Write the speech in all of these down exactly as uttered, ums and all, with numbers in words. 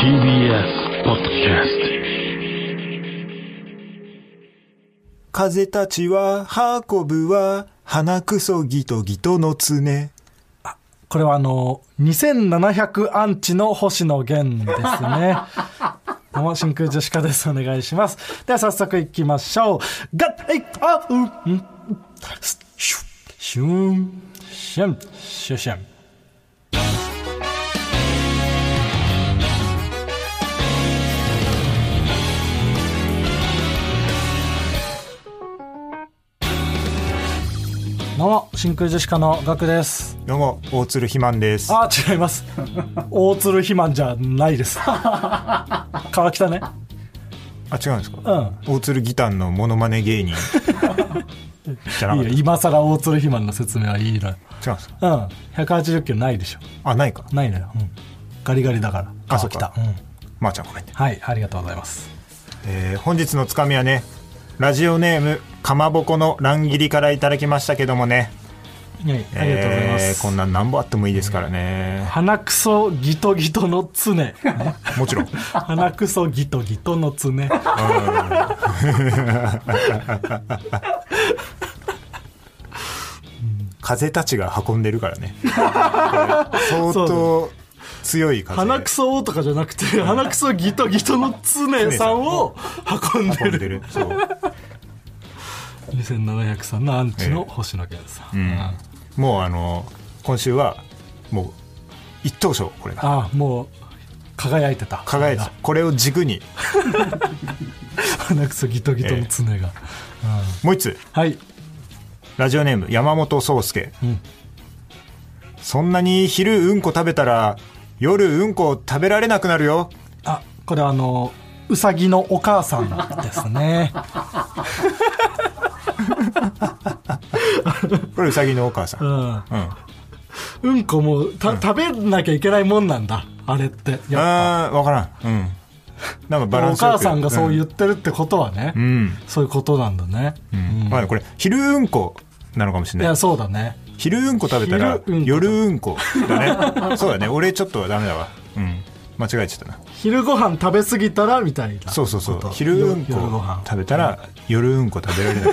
ティービーエス ポッドキャスト。 風たちは運ぶは鼻くそギトギトの常。 あ、これはあのにせんななひゃくアンチの星野源ですね。どうも真空ジェシカです。お願いします。では早速いきましょう。ガッイあうんシュシュンシュンシュシュン。どうも真空ジェシカのガクです。 どうも大鶴ひまんです。 あ、違います。大鶴ひまんじゃないです。川北ね。 あ、違うんですか。 うん。 大鶴ギタンのモノマネ芸人じゃなかった。 いや今更大鶴ひまんの説明はいいのよ。 違うんですか。 うんひゃくはちじゅっキロないでしょ。 あ、ないか。 ないのよ、うん、ガリガリだからあ、そ川北。 うか。 うん、 まー、あ、ちゃんごめんね。 はいありがとうございます。 えー、本日のつかみはね、ラジオネームかまぼこの乱切りからいただきましたけどもね、 はい、ありがとうございます、 えー、こんなん何本あってもいいですからね。 鼻くそギトギトの常、ね、 もちろん鼻くそギトギトの常。 風たちが運んでるからね。相当強い風。 鼻くそとかじゃなくて鼻くそギトギトの常さんを運んでる。 運んでる。そうにせんななひゃくさんのアンチの星野源さん、 えーうん、もうあの今週はもう一等賞、これがああもう輝いてた。 輝いてた。これを軸に鼻くそギトギトの常が、えーうん、 もう一つ、 はい、 ラジオネーム山本壮介、うん、そんなに昼うんこ食べたら夜うんこ食べられなくなるよ。 あ、これはあのうさぎのお母さんですね。 これうさぎのお母さん、うんうん、うんこもた、うん、食べなきゃいけないもんなんだあれって。やっぱあ分からん、うん、なんかバランスよくお母さんがそう言ってるってことはね、うん、そういうことなんだね、 うんうんまあ、これ昼うんこなのかもしれない。 いやそうだね、 昼うんこ食べたら夜うんこだね。そうだね、俺ちょっとダメだわ、うん、間違えちゃったな。 昼ご飯食べ過ぎたらみたいな。 そうそうそう、昼うんこ食べたら夜うんこ食べられない。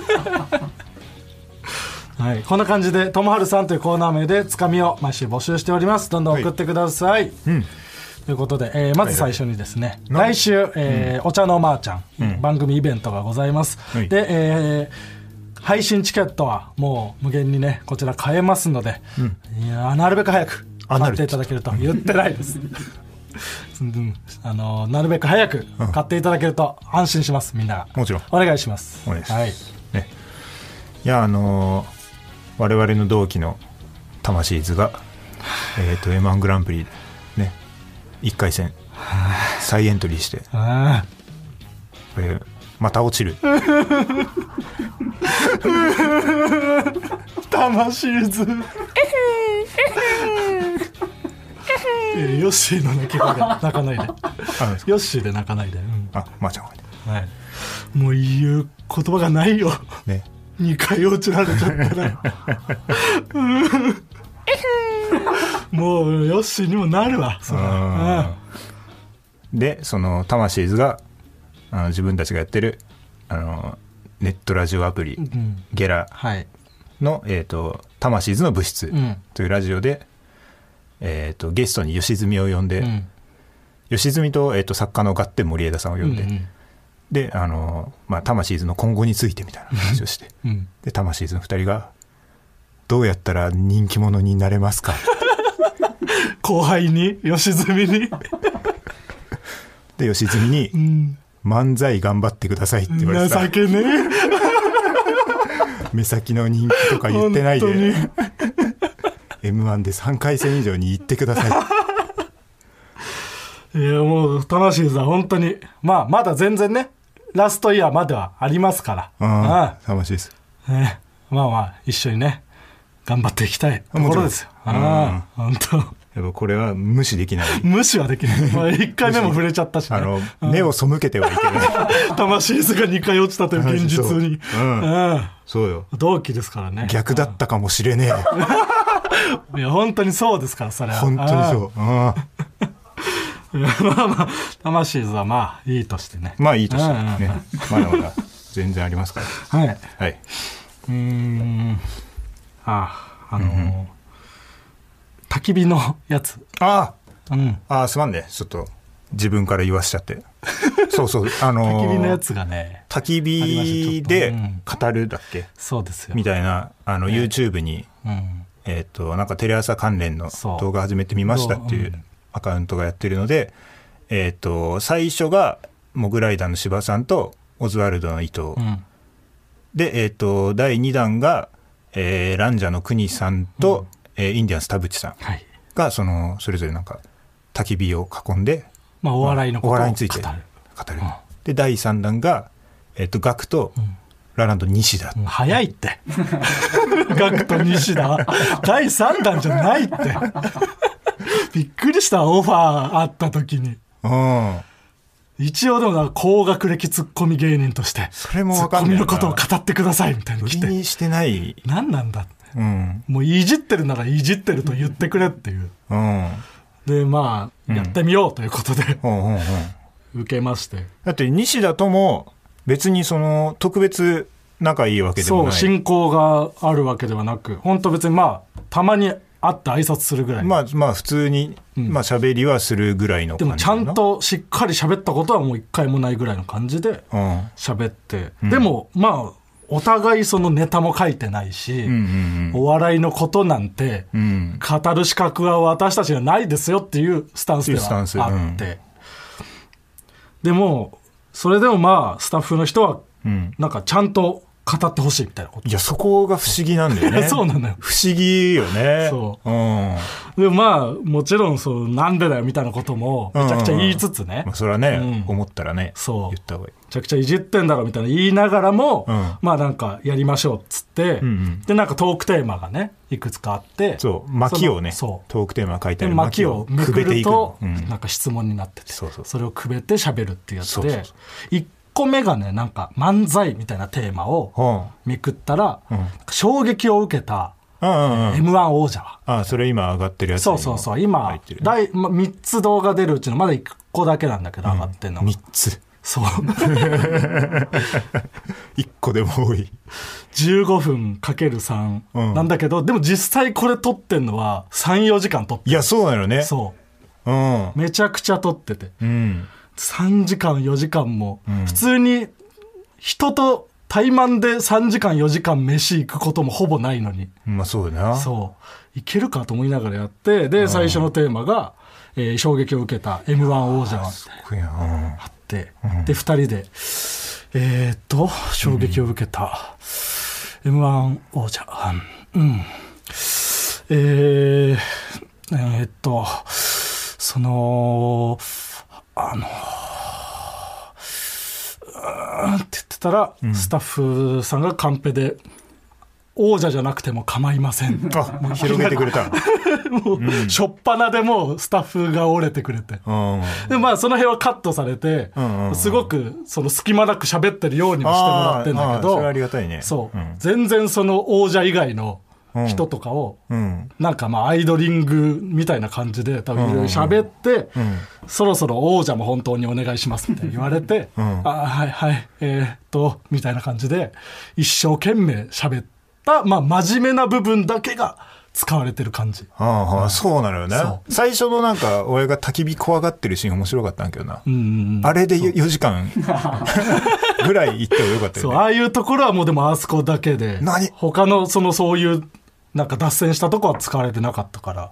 はい、こんな感じでともはるさんというコーナー名でつかみを毎週募集しております。どんどん送ってください、はい、うん、ということで、えー、まず最初にですね、はいはい、来週、えーうん、お茶のまーちゃん、うん、番組イベントがございます、はい、で、えー、配信チケットはもう無限にねこちら買えますので、うん、いやなるべく早く買っていただけると。言ってないですうん、あのなるべく早く買っていただけると安心します、みんなが。 もちろんお願いします。 お願いします、はいね、いやあのー、我々の同期の魂図が、えー、と エムワン グランプリねいっかい戦再エントリーして、これまた落ちる。 魂図ヨッシーの泣き声で泣かないで。ヨッシーで泣かないで、うん、 あ、まー、あ、ちゃんごめん、 はい、もう言う言葉がないよ、ね、にかい落ちられちゃったらよ。もうヨッシーにもなるわそれ、うん、 でその魂図があの自分たちがやってるあのネットラジオアプリ、うん、ゲラの、はいえー、と魂図の部室というラジオで、うんえー、とゲストに吉住を呼んで、うん、吉住と、えー、と作家のガッテン森枝さんを呼んで、うんうん、であの、まあ、魂図の今後についてみたいな話をして、うん、で魂図のふたりがどうやったら人気者になれますか。 後輩に吉住にで吉住に、うん、漫才頑張ってくださいって言われてさ、 情けね目先の人気とか言ってないでエムワン でさんかい戦以上に行ってください。いやもう魂さん本当に、まあ、まだ全然ねラストイヤーまではありますから、 ああ楽しいです、 ね、まあまあ一緒にね頑張っていきたいところですよ。ああ本当やっぱこれは無視できない。 無視はできない。まあ、いっかいめも触れちゃったし、ね、 あの目を背けてはいけない。 魂図がにかい落ちたという現実に、 うんうん、そうよ同期ですからね。 逆だったかもしれねえ。 いや本当にそうですからそれは本当にそう。あまあまあ魂図はまあいいとしてね。 まあいいとしてね、まだまだ全然ありますから。 はいはい。 うーん。あああのーうん、焚き火のやつ。 ああ、うん、 ああすまんね、ちょっと自分から言わしちゃって。そうそう、あのー、 焚き火のやつがね、 焚き火で語るだっけ、うん、 そうですよみたいなあの、ね、YouTube に、うん、えっとなんかテレ朝関連の動画始めてみましたっていうアカウントがやってるので、えっと最初がモグライダーの柴さんとオズワルドの伊藤、うん、で、えっとだいにだんが、えー、ランジャの国さんと、うんえー、インディアンス田淵さんがそのそれぞれなんか焚き火を囲んで、 まあ、お笑いのことを語る、 お笑いについて語る、うん、でだいさんだんが、えー、とガクと、うん、ラランド西田、 うん、早いってガクと西田だいさんだんじゃないってびっくりしたオファーあった時に、うん、一応でもなんか高学歴ツッコミ芸人としてそれも分かんないな、 ツッコミのことを語ってくださいみたいな来て、 売りにしてない何なんだって、うん、もういじってるならいじってると言ってくれっていう、うん、でまあ、うん、やってみようということで、うんうんうん、受けまして、 だって西田とも別にその特別仲いいわけでもない、 そう親交があるわけではなく、本当別にまあたまに会って挨拶するぐらい、 まあまあ普通に、うん、まあ喋りはするぐらいの感じ、 でもちゃんとしっかり喋ったことはもう一回もないぐらいの感じで喋って、うん、でもまあお互いそのネタも書いてないし、うんうんうん、お笑いのことなんて語る資格は私たちにはないですよっていうスタンスではあって、うん、でもそれでもまあスタッフの人はなんかちゃんと語ってほしいみたいなこと、 いやそこが不思議なんだよねそうなのよ、 不思議よね、 そう、うん、でもまあもちろんそうなんでだよみたいなこともめちゃくちゃ言いつつね、うんうんまあ、それはね、うん、思ったらねそう言った方がいい、 めちゃくちゃいじってんだろみたいな言いながらも、うん、まあなんかやりましょうっつって、うんうん、でなんかトークテーマがねいくつかあって、 そう巻をねそうトークテーマ書いてある巻をめくると、うん、なんか質問になってて、そうそう、それをくべて喋るっていうやつで、そうそうそう、いっこめがねなんか漫才みたいなテーマをめくったら、うん、衝撃を受けた、うんうんうん、エムワン 王者は、 ああそれ今上がってるやつ、 そうそうそう、今第、ま、みっつ動画出るうちのまだいっこだけなんだけど上がってんの、うん、 みっつ、 そういっこでも多いじゅうごふん かけるさん なんだけど、うん、でも実際これ撮ってんのは さんよじかん撮ってる、 いやそうなのね、 そう、うん、めちゃくちゃ撮ってて、うんさんじかんよじかんも、うん、普通に人と対マンでさんじかんよじかん飯行くこともほぼないのに、 まあそうだな、 そういけるかと思いながらやって、で最初のテーマが、えー、衝撃を受けた エムワン 王者はあって、うん、でふたりでえー、っと衝撃を受けた エムワン 王者、うん、うん、えー、えー、っとそのあのー、うんって言ってたら、うん、スタッフさんがカンペで王者じゃなくても構いません、 あもう広げてくれたもう、うん、初っ端でもうスタッフが折れてくれて、うん、でまあその辺はカットされて、うんうん、すごくその隙間なく喋ってるようにもしてもらってんだけど、 それありがたいね、 そう、うん、全然その王者以外の人とかを、うん、なんかまあアイドリングみたいな感じで多分いろいろ喋って、うんうん、そろそろ王者も本当にお願いしますみたいに言われて、うん、あはいはいえー、っとみたいな感じで一生懸命喋った、まあ、真面目な部分だけが使われてる感じ、 はあはあ、そうなのよね。最初のなんか親が焚き火怖がってるシーン面白かったんだけどな、うんうんうん、あれでよじかんぐらい行ってもよかったよね。 そうああいうところはもうでもあそこだけで何他のそのそういうなんか脱線したとこは使われてなかったから、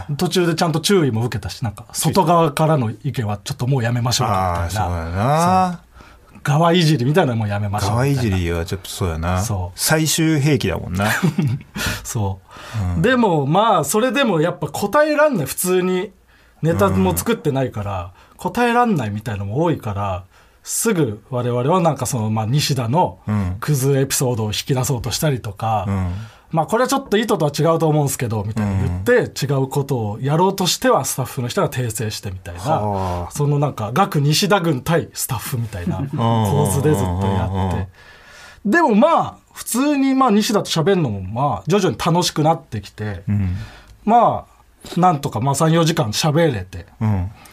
途中でちゃんと注意も受けたし、なんか外側からの意見はちょっともうやめましょうみたいな、 そうだな、 側いじりみたいなのもやめましょうみたいな、 側いじりはちょっとそうやな、そう最終兵器だもんなそう、うん、でもまあそれでもやっぱ答えらんない、普通にネタも作ってないから、うん、答えらんないみたいなのも多いから、すぐ我々はなんかその、まあ、西田のクズエピソードを引き出そうとしたりとか、うん、まあこれはちょっと意図とは違うと思うんですけどみたいな言って、違うことをやろうとしてはスタッフの人が訂正してみたいな、そのなんか学西田軍対スタッフみたいな構図でずっとやって、でもまあ普通にまあ西田と喋るのもまあ徐々に楽しくなってきて、まあなんとかまあさんよじかん喋れて、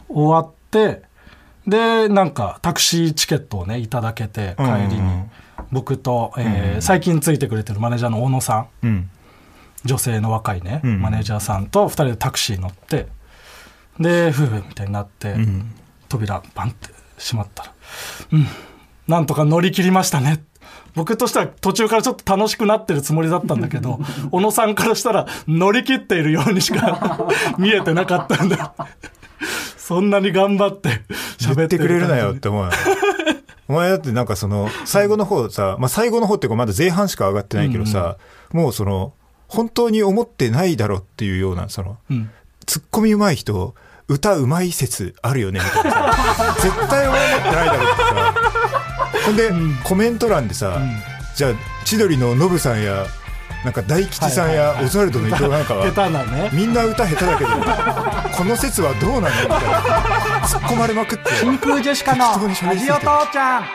終わってでなんかタクシーチケットをねいただけて帰りに、うんうん、僕と、えーうん、最近ついてくれてるマネージャーの小野さん、うん、女性の若いね、うん、マネージャーさんとふたりでタクシー乗ってで夫婦みたいになって、うん、扉バンって閉まったら、うん、なんとか乗り切りましたね。僕としては途中からちょっと楽しくなってるつもりだったんだけど小野さんからしたら乗り切っているようにしか見えてなかったんだそんなに頑張って喋って言ってくれるなよって思うお前だってなんかその最後の方さ、まあ、最後の方っていうかまだ前半しか上がってないけどさ、うんうん、もうその本当に思ってないだろっていうようなその、うん、ツッコミ上手い人歌うまい説あるよねみたいなさ絶対思ってないだろってさほんで、うん、コメント欄でさ、うん、じゃあ千鳥のノブさんやなんか大吉さんや、はいはいはい、オズワルドの伊藤なんかは下手な、ね、 みんな歌下手だけどこの説はどうなのみたいな突っ込まれまくって真空ジェシカのラジオ父ちゃん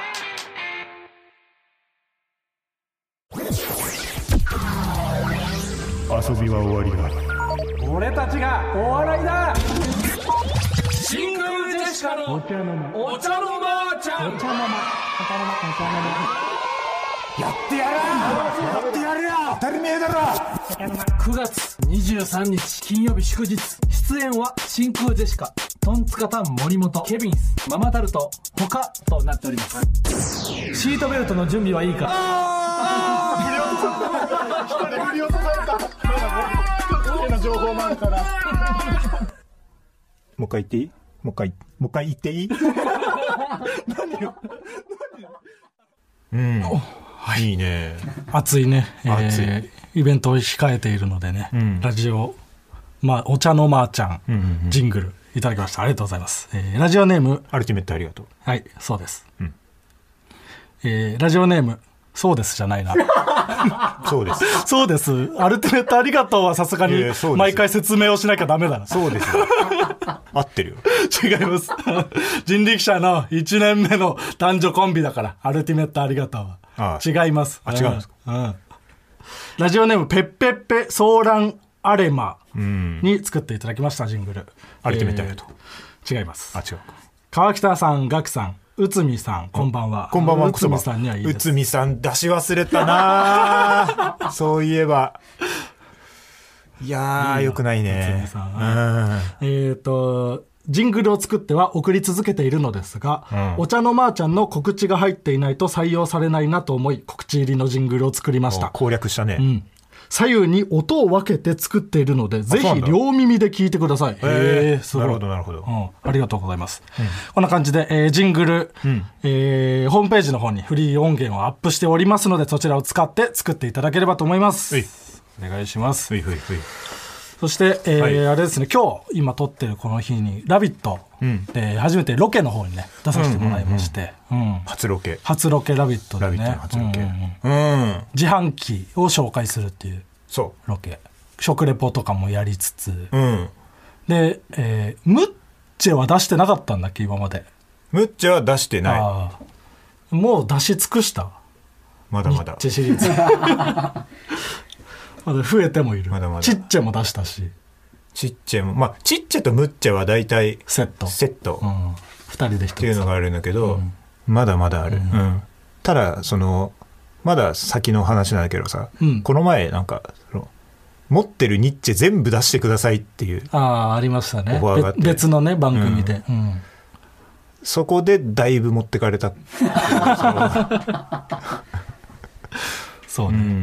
遊びは終わりだ俺たちがお笑いだ真空ジェシカのお茶の間お茶の間ちゃんお茶の間お茶の間お茶の間やってやるやってやるよ当たり前だろくがつにじゅうさんにち金曜日祝日出演は真空ジェシカトンツカタン森本ケビンスママタルト他となっておりますシートベルトの準備はいいかああ振り落とされた一人振り落とされたトイレの情報もあるからもう一回言っていいもう一回もう一回言っていい何ようんはい、いいね暑いね、えー、イベントを控えているのでね、うん、ラジオ、まあ、お茶のまーちゃん、うんうんうん、ジングルいただきましたありがとうございます、えー、ラジオネームアルティメットありがとうはいそうです、うんえー、ラジオネームそうですじゃないなそうですそうですアルティメットありがとうはさすがに毎回説明をしなきゃダメだなそうですよ合ってるよ違います人力車のいちねんめの男女コンビだからアルティメットありがとうはああ違います。 あ、違うんですか、 うんうん。ラジオネームペッペッペソーランアレマに作っていただきましたジングル。 アルティメットありがとう、 えー、違います。 あ、違う。 川北さん、ガクさん、内海さん、こんばんは。 こんばんは。 内海さんにはいいです。 内海さん出し忘れたなそういえば。いやー、よくないね。内海さん。 うん、えっ、ー、と。ジングルを作っては送り続けているのですが、うん、お茶のまーちゃんの告知が入っていないと採用されないなと思い告知入りのジングルを作りました。 攻略したね、 うん、左右に音を分けて作っているのでぜひ両耳で聞いてください。 へー、なるほどなるほど、 うん、ありがとうございます、うん、こんな感じで、えー、ジングル、うんえー、ホームページの方にフリー音源をアップしておりますのでそちらを使って作っていただければと思います。お願いします。 ういふいふい。 そして、えーはい、あれですね今日今撮ってるこの日にラビットで初めてロケの方にね出させてもらいまして、うんうんうん、 初ロケ初ロケラビットでねラビットの初ロケ、 うんうんうん、自販機を紹介するっていうロケ食レポとかもやりつつ、うん、で、えー、ムッチェは出してなかったんだっけ今まで。 ムッチェは出してない。あもう出し尽くしたまだまだニッチェシリーズまだ増えてもいる。まだまだチッチェも出したしチッチェもまあチッチェとムッチェは大体セットセット、うん、 ふたりで一つっていうのがあるんだけど、うん、まだまだある、うんうん、ただそのまだ先の話なんだけどさ、うん、この前なんかその持ってるニッチェ全部出してくださいっていうああありましたね別のね番組で、うんうん、 そこでだいぶ持ってかれたそうね、うんうん、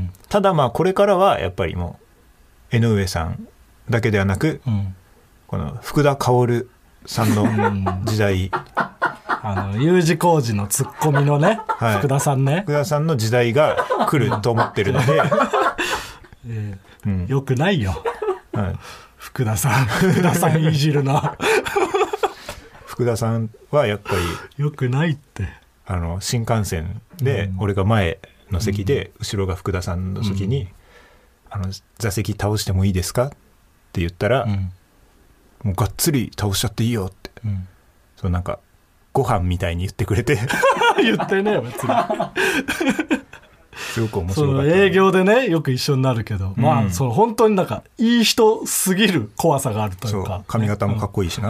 ただまあこれからはやっぱりもう江上さんだけではなく、うん、この福田薫さんの時代あの U 字工事のツッコミのね、はい、福田さんね福田さんの時代が来ると思ってるので、 えーうん、よくないよ、はい、福田さん福田さんいじるな福田さんはやっぱりよくないってあの新幹線で俺が前の席で、うん、後ろが福田さんの時に、うん、あの座席倒してもいいですかって言ったら、うん、もうがっつり倒しちゃっていいよって、うん、そうなんかご飯みたいに言ってくれて言ってねえよ別にすごく面そ白かった、 の営業でねよく一緒になるけど、うん、まあその本当になんかいい人すぎる怖さがあるというか、 そう髪型もかっこいいしな、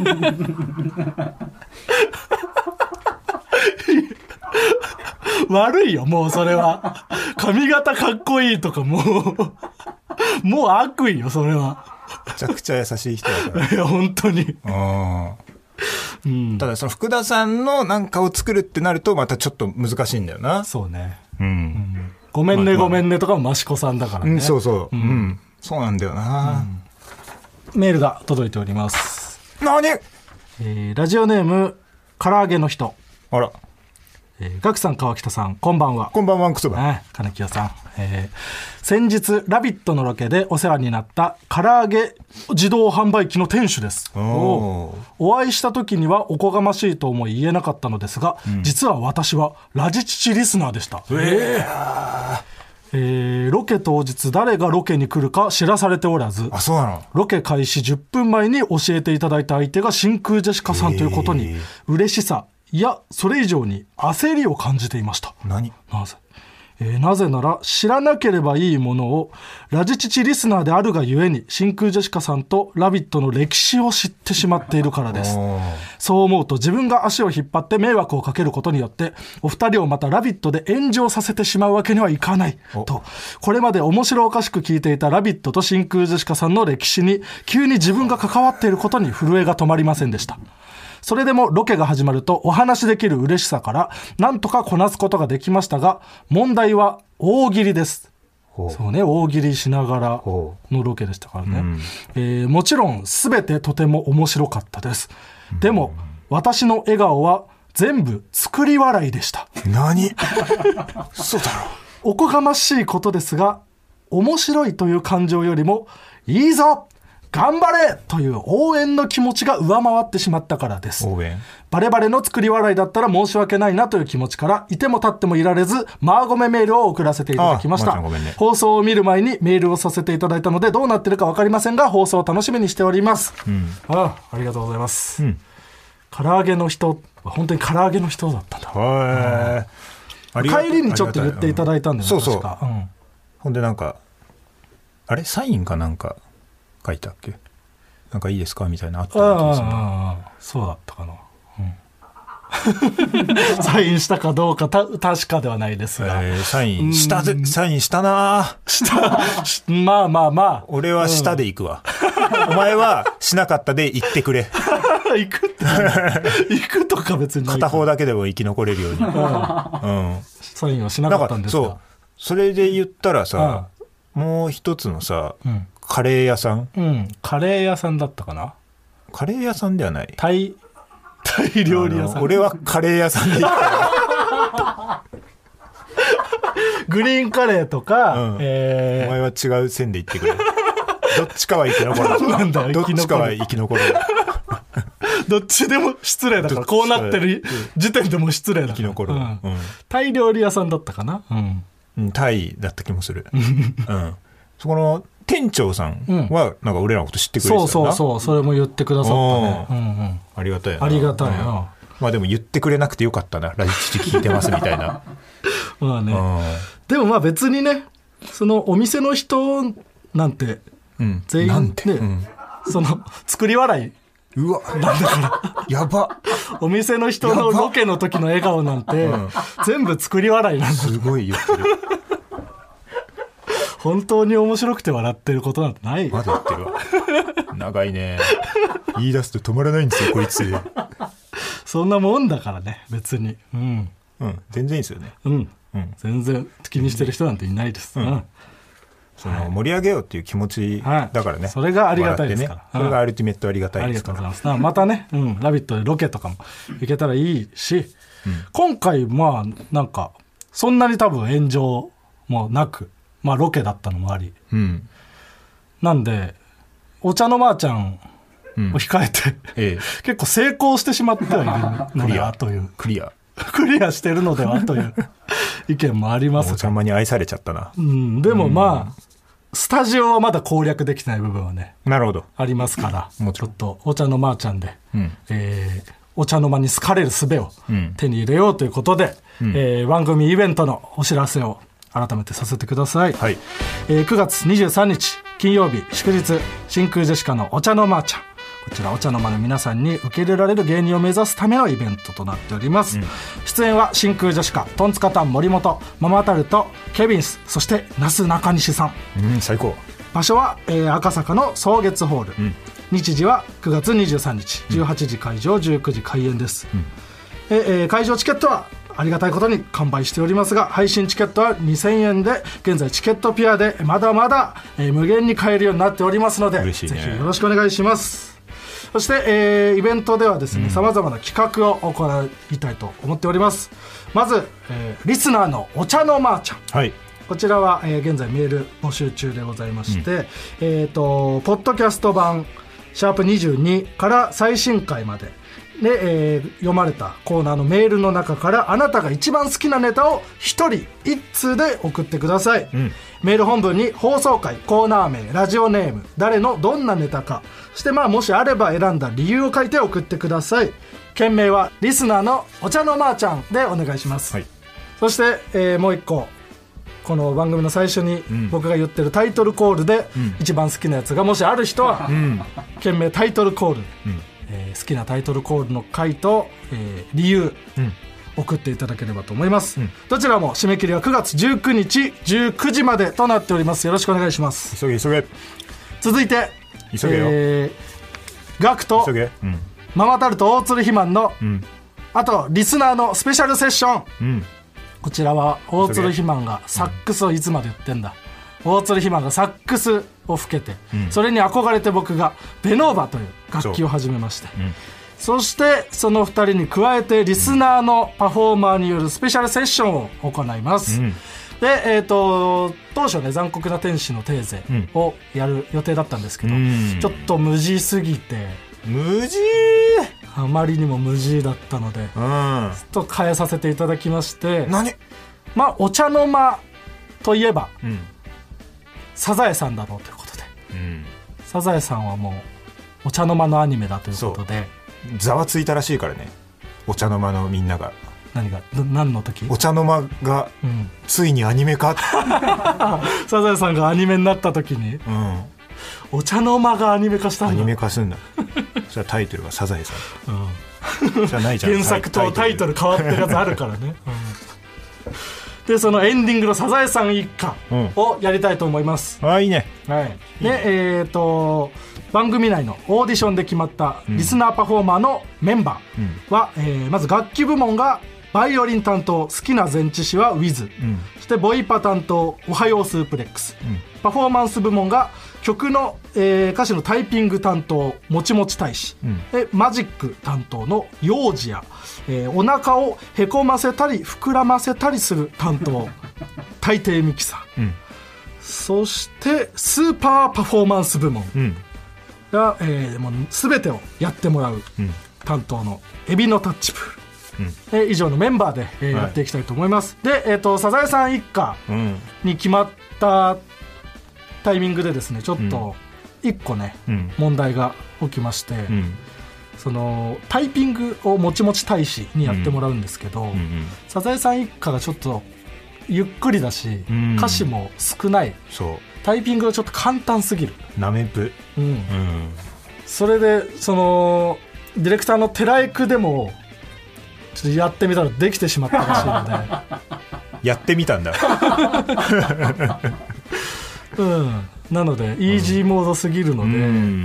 悪いよもうそれは髪型かっこいいとかもうもう悪意よそれは。 めちゃくちゃ優しい人だからいや本当に。 あ、 うん、 ただその福田さんのなんかを作るってなるとまたちょっと難しいんだよな。 そうね、 うんうん、 ごめんね、まあ、ごめんねとかも益子さんだからね、 うん、そうそう、うんうん、そうなんだよな、 うん、メールが届いております。 何、 えー、ラジオネーム唐揚げの人。 あら、 えー、ガクさん川北さんこんばんは。 こんばんはクソバ、 ね、金木屋さん、えー、先日ラビットのロケでお世話になった唐揚げ自動販売機の店主です。おお会いした時にはおこがましいと思い言えなかったのですが、うん、実は私はラジチチリスナーでした。えーえー、ロケ当日誰がロケに来るか知らされておらず、 あ、そうなの。 ロケ開始じゅっぷんまえに教えていただいた相手が真空ジェシカさんということに嬉しさ、いやそれ以上に焦りを感じていました。 何？ なぜ、えー、なぜなら知らなければいいものをラジチチリスナーであるがゆえに真空ジェシカさんとラビットの歴史を知ってしまっているからです。そう思うと自分が足を引っ張って迷惑をかけることによってお二人をまたラビットで炎上させてしまうわけにはいかないと、これまで面白おかしく聞いていたラビットと真空ジェシカさんの歴史に急に自分が関わっていることに震えが止まりませんでした。それでもロケが始まるとお話できる嬉しさからなんとかこなすことができましたが、問題は大喜利です。そうね、大喜利しながらのロケでしたからね、うんえー、もちろん全てとても面白かったです。でも、うん、私の笑顔は全部作り笑いでした。 何そうだろう。 おこがましいことですが面白いという感情よりもいいぞ頑張れという応援の気持ちが上回ってしまったからです。 応援バレバレの作り笑いだったら申し訳ないなという気持ちからいても立ってもいられずマーゴメメールを送らせていただきました。ね、放送を見る前にメールをさせていただいたのでどうなってるか分かりませんが放送を楽しみにしております。うん、あ, ありがとうございます。うん、唐揚げの人本当に唐揚げの人だったんだ。帰りにちょっと言っていただいたんだよね。 そうそう、 確か、うん、 ほんでなんかあれサインかなんか書いたっけ、なんかいいですかみたいなあったような気がするな。 そうだったかな、うん、サインしたかどうかた確かではないですが、 えー、サインしたで、サインしたなしたまあまあまあ俺はしたで行くわ、うん、お前はしなかったで行ってくれ行くって行くとか別にない片方だけでも生き残れるように、うんうん、 サインはしなかったんですか。 そうそれで言ったらさ、うん、もう一つのさ、うんカレー屋さん、 うん、カレー屋さんだったかな。 カレー屋さんではない。 タイタイ料理屋さん。 俺はカレー屋さんで行ったグリーンカレーとか、うんえー、お前は違う線で行ってくれ。どっちかは生き残る。 なんだどっちかは生き残る。 どっちでも失礼だからこうなってる時点でも失礼だから生き残る、うんうん、 タイ料理屋さんだったかな、うんうん、タイだった気もする、うん、そこの店長さんはなんか俺らのこと知ってくれてたよな、うん、そうそうそうそれも言ってくださったね、うんうん、 ありがたいなありがたいな、うん、 まあでも言ってくれなくてよかったなラジチチ聞いてますみたいなまあね、うん、でもまあ別にねそのお店の人なんて全員ね、うん、なんて、うん、その作り笑いうわなんだからやばお店の人のロケの時の笑顔なんて、うん、全部作り笑いなんだ。 すごい言ってる本当に面白くて笑ってることなんてない。 まだ言ってるわ長いね言い出すと止まらないんですよこいつそんなもんだからね別に、うんうん、全然いいですよね、 うんうん、全然気にしてる人なんていないです、うんうん、 その盛り上げようっていう気持ちだからね、はい、 それがありがたいですから、ね、 それがアルティメットありがたいですから、 ありがとうございます。またね、うん、ラビットでロケとかも行けたらいいし、うん、今回まあなんかそんなに多分炎上もなくまあロケだったのもあり、うん、なんでお茶のまーちゃんを控えて、うんええ、結構成功してしまってはいるのではというクリアクリアしてるのではという意見もありますがお茶まに愛されちゃったな、 うん、でもまあ、うん、スタジオはまだ攻略できてない部分はねなるほどありますからもうちょっとお茶のまーちゃんで、うんえー、お茶の間に好かれる術を手に入れようということで、うんえー、番組イベントのお知らせを改めてさせてください、 はいえー、くがつにじゅうさんにち金曜日祝日、真空ジェシカのお茶の間ちゃん、こちらお茶の間の皆さんに受け入れられる芸人を目指すためのイベントとなっております、うん、出演は真空ジェシカ、トンツカタン森本、ママタルト、ケビンス、そしてなすなかにしさん、 うん、最高。 場所は、えー、赤坂の草月ホール、うん、日時はくがつにじゅうさんにち、じゅうはちじ会場、じゅうくじ開演です、うん、えー、会場チケットはありがたいことに完売しておりますが、配信チケットはにせんえんで、現在チケットピアでまだまだ、えー、無限に買えるようになっておりますので、 嬉しいね、 ぜひよろしくお願いします。そして、えー、イベントではですね、さまざまな企画を行いたいと思っております。まず、えー、リスナーのお茶のまーちゃん、 はい、 こちらは、えー、現在メール募集中でございまして、うん、えーとポッドキャスト版シャープにじゅうにから最新回までで、えー、読まれたコーナーのメールの中からあなたが一番好きなネタを一人一通で送ってください、うん、メール本文に放送回、コーナー名、ラジオネーム、誰のどんなネタか、そしてまあもしあれば選んだ理由を書いて送ってください。件名はリスナーのお茶のまーちゃんでお願いします、はい、そして、えー、もう一個、この番組の最初に僕が言ってるタイトルコールで一番好きなやつがもしある人は、うん、件名タイトルコール、うんえー、好きなタイトルコールの回と、えー、理由、うん、送っていただければと思います、うん、どちらも締め切りはくがつじゅうくにちじゅうくじまでとなっております。よろしくお願いします。 急げ急げ。 続いて急げよ、 えー、ガクと、うん、ママタルト大鶴ひまんの、うん、あとリスナーのスペシャルセッション、うん、こちらは大鶴ひまんがサックスをいつまで言ってんだ、うん、大鶴ひまんがサックスを吹けて、うん、それに憧れて僕がベノーバという楽器を始めまして、 そ,、うん、そしてそのふたりに加えてリスナーのパフォーマーによるスペシャルセッションを行います、うん、で、えー、と当初ね残酷な天使のテーゼをやる予定だったんですけど、うん、ちょっと無事すぎて無事あまりにも無事だったので、うん、ちょっと変えさせていただきまして、 何まあお茶の間といえば、うん、サザエさんだろうということで、うん、サザエさんはもうお茶の間のアニメだということでざわついたらしいからね、お茶の間のみんなが。 何が何の時？ お茶の間が、うん、ついにアニメ化サザエさんがアニメになった時に、うん、お茶の間がアニメ化したんだ。 アニメ化するんだそれはタイトルがサザエさん、うん、じゃないじゃん原作とタイトル変わってるやつあるからね、うん、でそのエンディングのサザエさん一家をやりたいと思います、 うん、あいいね、 はい、でえーと番組内のオーディションで決まったリスナーパフォーマーのメンバーは、うんえー、まず楽器部門がバイオリン担当好きな前置詞は Wiz、うん、そしてボイパ担当おはようスープレックス、うん、パフォーマンス部門が曲の、えー、歌詞のタイピング担当もちもち大使、うん、でマジック担当の幼児や、えー、お腹をへこませたり膨らませたりする担当大抵ミキサー、うん、そしてスーパーパフォーマンス部門が、うんえー、もう全てをやってもらう担当のエビのタッチプール、うん、以上のメンバーで、えーはい、やっていきたいと思います。で、えーと、サザエさん一家に決まったタイミングでですねちょっと一個ね、うん、問題が起きまして、うん、そのタイピングをもちもち大使にやってもらうんですけど、うんうんうん、サザエさん一家がちょっとゆっくりだし、うん、歌詞も少ない、 そうタイピングがちょっと簡単すぎるなめぶ、うんうん、 それでそのディレクターの寺井くでもちょっとやってみたらできてしまったらしいのでやってみたんだうんなのでイージーモードすぎるので、うん、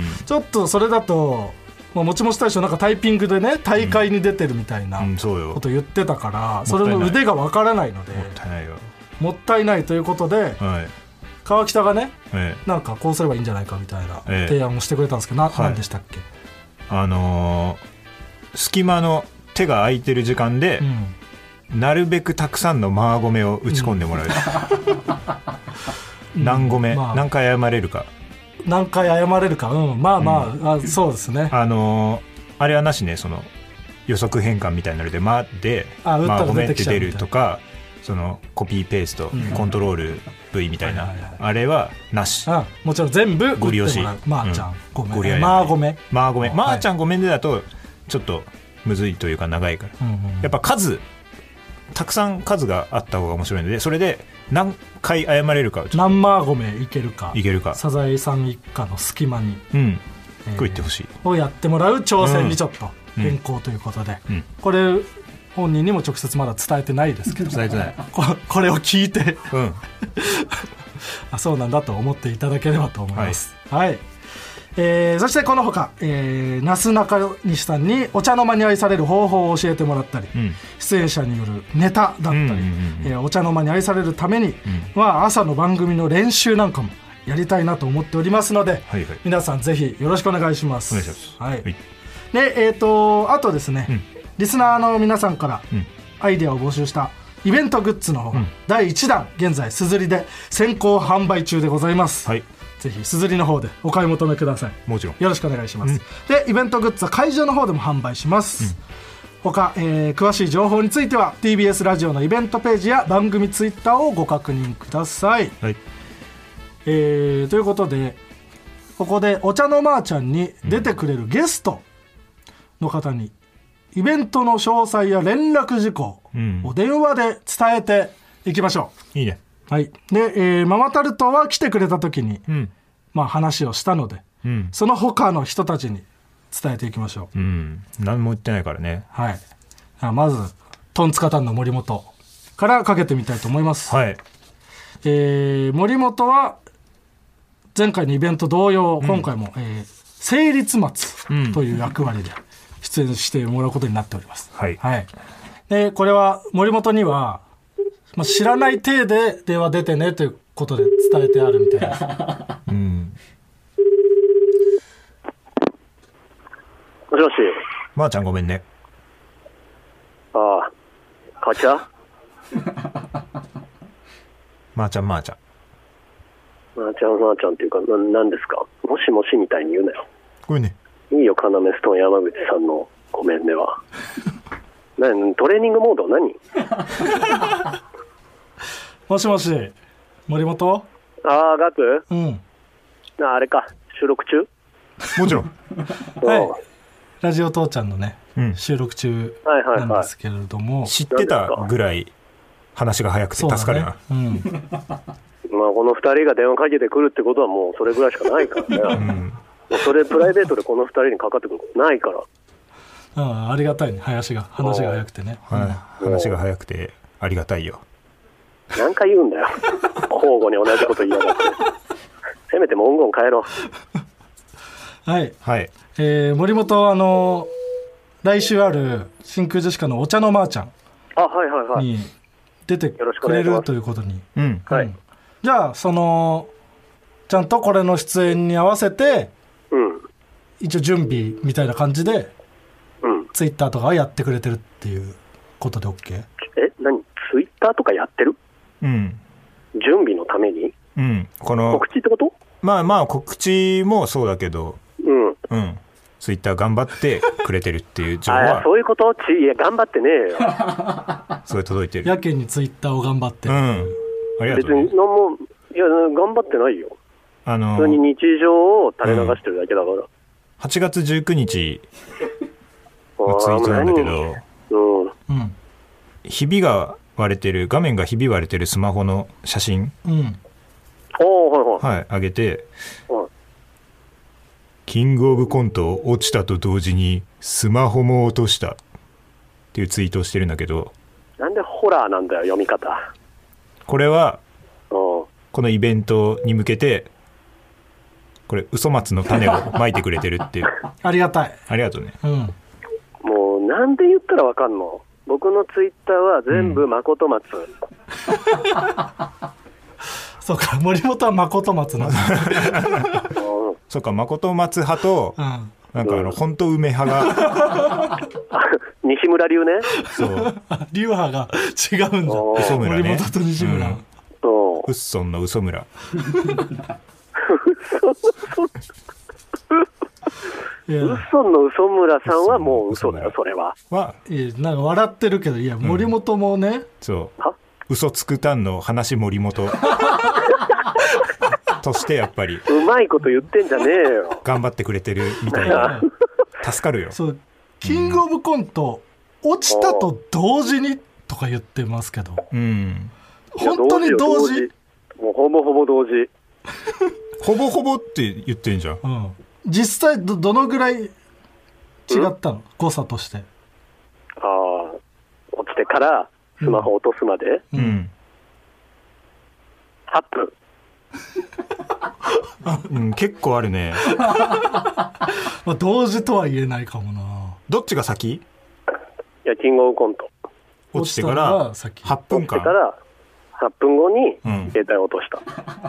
ちょっとそれだとまあ、もちもち大将なんかタイピングでね大会に出てるみたいなこと言ってたから、うんうん、そ, それの腕がわからないのでもったいないよもったいないということで、はい、川北がね、ええ、なんかこうすればいいんじゃないかみたいな提案をしてくれたんですけど、ええ、な何でしたっけ、 はい、あのー、隙間の手が空いてる時間で、うん、なるべくたくさんのマーゴメを打ち込んでもらう、うん、何ゴメ、まあ、何回謝れるか何回謝れるか、うん、まあまあ、うん、あそうですね、 あのー、あれはなしね、その予測変換みたいなので「ま」で「まあごめん」って出るとか、そのコピーペースト、うん、コントロール V みたいな、はいはいはい、あれはなし、 あもちろん全部ゴリ押し、 まーちゃんごめん、まーごめんまーごめんまーちゃんごめんでだとちょっとむずいというか長いから、うんうん、やっぱ数たくさん数があった方が面白いので、それで何回謝れるかをちょっと何マーゴメいけるかいけるかサザエさん一家の隙間に、 うんえーこう言ってほしいをやってもらう挑戦にちょっと変更ということで、 うんうん、 これ本人にも直接まだ伝えてないですけど伝えてないこ, これを聞いて、 うん、 あそうなんだと思っていただければと思います、はいはい。えー、そしてこのほか、えー、なすなかにしさんにお茶の間に愛される方法を教えてもらったり、うん、出演者によるネタだったり、うんうんうんえー、お茶の間に愛されるためには朝の番組の練習なんかもやりたいなと思っておりますので、はいはい、皆さんぜひよろしくお願いします。 お願いします、 はいはい、で、えーと、あとですね、うん、リスナーの皆さんからアイデアを募集したイベントグッズの方がだいいちだん現在すずりで先行販売中でございます、はい、ぜひすずりの方でお買い求めください。 もちろんよろしくお願いします、うん、でイベントグッズは会場の方でも販売します、うん、他、えー、詳しい情報については ティービーエス ラジオのイベントページや番組ツイッターをご確認ください、はいえー、ということでここでお茶のまーちゃんに出てくれるゲストの方にイベントの詳細や連絡事項を電話で伝えていきましょう、うん、いいね。 はいでえー、ママタルトは来てくれた時に、うんまあ、話をしたので、うん、その他の人たちに伝えていきましょう、うん、 何も言ってないからね、 はい、まずトンツカタンの森本からかけてみたいと思います、はいえー、森本は前回のイベント同様、うん、今回も、えー、成立末という役割で出演してもらうことになっております、はいはい、でこれは森本にはまあ、知らない体で電話出てねということで伝えてあるみたいです、うん、 もしもしまーちゃんごめんね。 ああ母ちゃんまーちゃんまーちゃんまーちゃんまーちゃんっていうかな何ですか。もしもしみたいに言うなよ。 ごめんね。 いいよカナメストーン山口さんのごめんねは何トレーニングモード何もしもし森本。 ああガクうんああれか収録中もちろんはいラジオ父ちゃんのね、うん、収録中なんですけれども、はいはいはい、 知ってたぐらい話が早くて助かるな、ねうんまあ、このふたりが電話かけてくるってことはもうそれぐらいしかないからね、うん、もうそれプライベートでこのふたりにかかってくることないからああ、ありがたいね話が話が早くてね、 うん、話が早くてありがたいよ。 何回言うんだよ交互に同じこと言いやがってせめて文言変えろはい、はいえー、森本あの来週ある真空ジェシカのお茶のまーちゃんあ、はいはいはい、 に出てくれるということに、 うんはい、 じゃあそのちゃんとこれの出演に合わせて、 うん、 一応準備みたいな感じで、 うん、 ツイッターとかはやってくれてるっていうことで OK？ え、何ツイッターとかやってる？ うん、 準備のために、 うん、この告知ってこと？ まあまあ告知もそうだけど、 うんうん、ツイッター頑張ってくれてるっていう情報はあそういうことちいや頑張ってねえよそれ届いてるやけにツイッターを頑張って、 うん、ありがとう、ね、 別に何もいや頑張ってないよ、 あのー、 普通に日常を垂れ流してるだけだから、うん、 はちがつじゅうくにちのツイートなんだけど、 うんうん、 ひびが割れてる画面がひび割れてるスマホの写真、 うん、 おはいはい、 はい、上げて、 はい、 キングオブコント落ちたと同時にスマホも落としたっていうツイートをしてるんだけど、 なんでホラーなんだよ読み方。 これはこのイベントに向けてこれ嘘松の種をまいてくれてるっていうありがたい、 ありがとうね、 うん、 もうなんで言ったらわかんの。僕のツイッターは全部誠松、うん、 そうか森本は誠松なんだそうか誠松派と、うん、なんかあの本当梅派が西村流ね。 そう流派が違うんだ。 嘘村ね、 森本と西村、うん、 ウッソンの嘘村嘘の嘘村さんはもう嘘だよそれは。 はいやなんか笑ってるけどいや森本もね、うん、 そう嘘つくたんの話森本としてやっぱりうまいこと言ってんじゃねえよ頑張ってくれてるみたいな助かるよ。 そうキングオブコント、うん、落ちたと同時にっとか言ってますけど、 うん、 本当に同時。 もうほぼほぼ同時。 ほぼほぼって言ってんじゃん、 うん、実際 ど, どのぐらい違ったの、うん、誤差として。ああ、落ちてからスマホ落とすまで、うんうん、はっぷん、うん、結構あるね。 まあ同時とは言えないかもな。 どっちが先？ いや、キングオブコント落ちてからはっぷんかん、 落ちてからはっぷんごに携帯を落とした、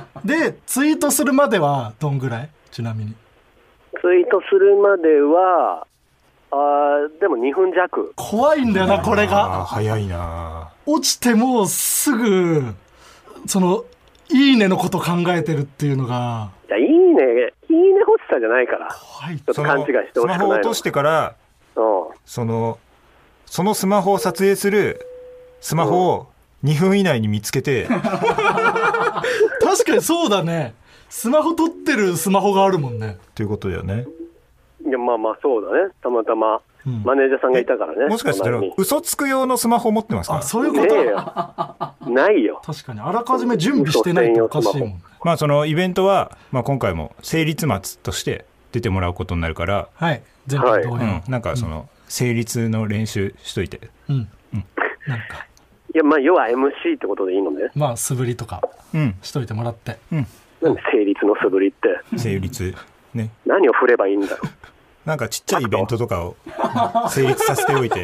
うん、でツイートするまではどんぐらい？ちなみにツイートするまではあでもにふん弱。 怖いんだよなこれが。 早いな。 落ちてもすぐそのいいねのこと考えてるっていうのが。 いや、いいねいいね欲しさじゃないから、怖い。ちょっと勘違いしてほしくないの。 スマホ落としてから、うん、そのそのスマホを撮影するスマホをにふん以内に見つけて、うん、確かにそうだね。スマホ撮ってるスマホがあるもんね。 ということだよね。 いや、まあまあそうだね。たまたまマネージャーさんがいたからね、 うん、もしかしたら嘘つく用のスマホ持ってますか？ あ、そういうこと、ね、 ないよ。 確かにあらかじめ準備してないとおかしいもん。 まあそのイベントは、まあ、今回も成立末として出てもらうことになるから、 はい、前回同様、 うん、なんかその成立の練習しといて、うん、 うん、なんかいや、まあ要は エムシー ってことでいいのね。 まあ素振りとかしといてもらって、うん、 なんで成立の素振りって。 成立ね。 何を振ればいいんだろう。 なんかちっちゃいイベントとかを成立させておいて。いや、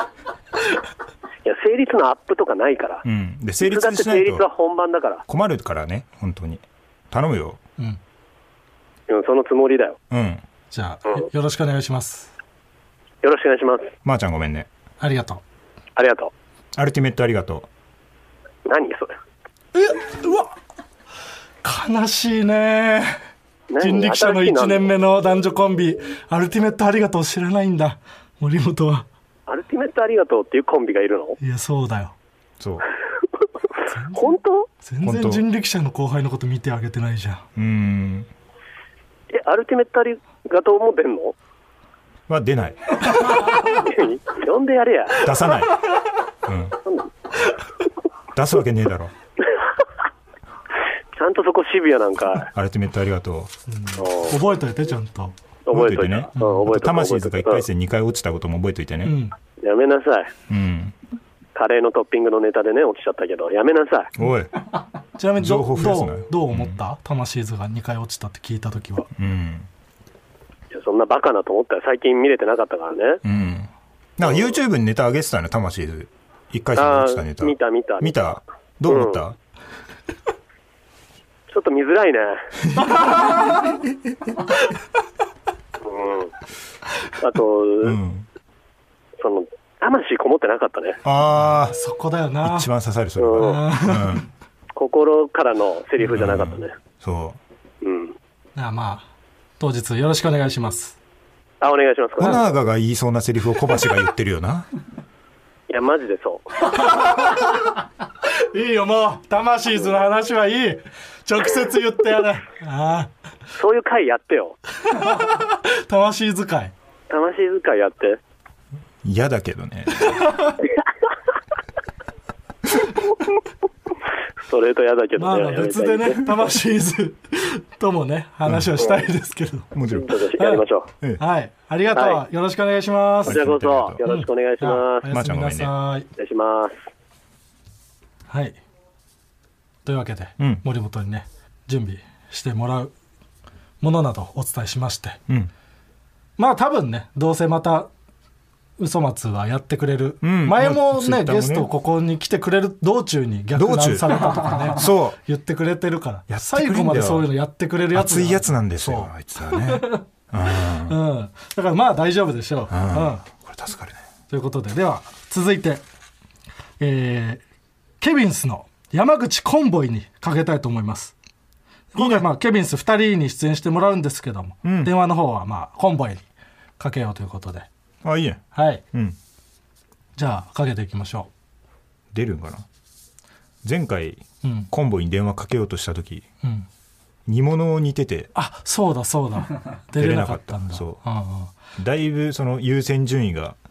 成立のアップとかないから。 うん。で、成立しないと。 成立は本番だから。 困るからね、本当に。頼むよ。 うん。 うん、そのつもりだよ。 うん。 じゃあ、うん、よろしくお願いします。 よろしくお願いします。 まーちゃんごめんね。 ありがとう。 ありがとう。 アルティメットありがとう。何それ。 え、うわ、悲しいね。人力車のいちねんめの男女コンビアルティメットありがとう知らないんだ森本は。 アルティメットありがとうっていうコンビがいるの？ いや、そうだよ。 そう本当？ 全然人力車の後輩のこと見てあげてないじゃん。 うーん。 え、アルティメットありがとうも出んの？ は出ない。 呼んでやれや。 出さない、うん、出すわけねえだろ。 ちゃんとそこシビアなんか。 アルティメットありがとう、うん、 覚えといて。ちゃんと覚えといてね。魂とかいっかい戦にかい落ちたことも覚えといてね、うん、 やめなさい、 うん、 カレーのトッピングのネタでね落ちちゃったけどやめなさい。 おいちなみにどう、どう思った、うん、魂図がにかい落ちたって聞いたときは。 うん、 いや、そんなバカなと思ったら最近見れてなかったからね。 うん、なんか YouTube にネタ上げてたね、魂図いっかい戦落ちたネタ。 見た見た見た。どう思った、うん、 ちょっと見づらいね。うん、あと、うん、その魂こもってなかったね。 ああ、 そこだよな。 一番刺さるそれは、うんうん、 心からのセリフじゃなかったね、うん、 そう、 うん、あ、まあ当日よろしくお願いします。 あ、お願いします。 オナガが言いそうなセリフを小橋が言ってるよな。 いや、マジでそう。 いいよ、もう魂図の話はいい。直接言ってやれ。ああ、 そういう回やってよ。 魂使い魂使いやって。 嫌だけどね。 ストレート嫌だけどね。 まあ別でね、魂図ともね話をしたいですけど、 うん、もちろんやりましょう、はい、はい、ありがとう、はい、よろしくお願いします。 こちらこそよろしくお願いします、 うん、おやすみなさい、 お願いします。 はい、というわけで、うん、森本にね準備してもらうものなどお伝えしまして、うん、まあ多分ねどうせまた嘘松はやってくれる、うん、前も ね, もねゲストここに来てくれる道中に逆難されたとかねそう言ってくれてるから最後までそういうのやってくれるやつ、 熱いやつなんですよあいつはね、 うんうん、だからまあ大丈夫でしょう、うんうん、 これ助かるね。 ということででは続いて、えー、ケビンスの山口コンボイにかけたいと思います。今回まあケビンスふたりに出演してもらうんですけども、うん、電話の方はまあコンボイにかけようということで。 あ、いいね。 はい、うん、じゃあかけていきましょう。出るんかな。前回、うん、コンボイに電話かけようとした時、うん、煮物を煮てて、 あ、そうだそうだ出れなかったんだ。 そう、うんうん、だいぶその優先順位が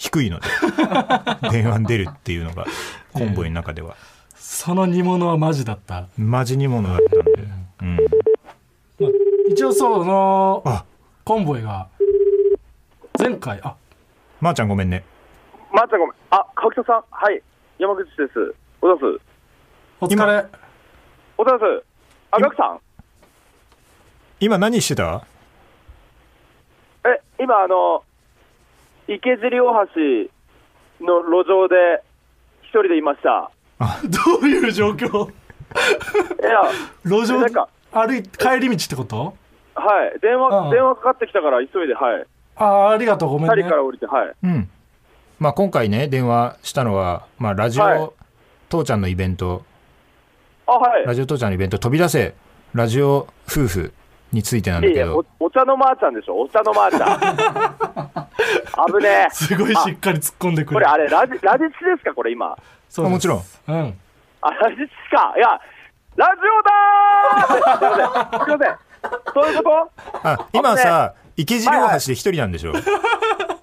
低いので電話に出るっていうのがコンボイの中では、 えー、その煮物はマジだった。 マジ煮物だったんで、うんうんまあ、一応そのコンボイが前回、あ、 まー、ちゃんごめんね。 まー、ちゃんごめん。あ、川北さん、はい、山口です。おざす。 お疲れ。 おざす。あ、ガクさん。 今何してた？ え、今あの池尻大橋の路上で一人でいました。 あ、どういう状況？いや、 路上なんか歩い帰り道ってこと？ はい、電話、 ああ電話かかってきたから急いで、はい。 ああ、ありがとう、ごめんね。 チャリから降りて、はい。 うん。まあ今回ね電話したのは、まあラジオ、はい、父ちゃんのイベント、 あ、はい、 ラジオ父ちゃんのイベント飛び出せラジオ夫婦についてなんだけど。いやいや、 お, お茶のまーちゃんでしょ、お茶のまーちゃん。危ねえ。 すごいしっかり突っ込んでくる。 これあれラジラジチですかこれ今？ そうです。 もちろん。 うん。 あ、ラジチか。いや、ラジオだー。すいません。すいません。そういうこと？ あ、今さ池尻大橋で一人なんでしょ？はいはい、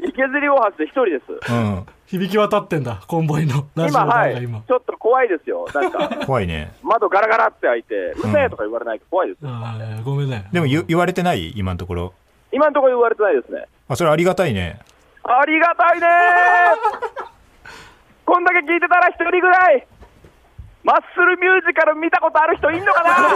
池尻大橋で一人です。 うん。 響き渡ってんだコンボイのラジオが今、 今、はい、ちょっと怖いですよ。なんか怖いね。 窓ガラガラって開いてうせえとか言われないと怖いですよ、 うん、あ、ごめんね。 でも 言, 言われてない今のところ。 今のところ言われてないですね。 あ、それありがたいね。 ありがたいねこんだけ聞いてたら一人ぐらいマッスルミュージカル見たことある人いんのかな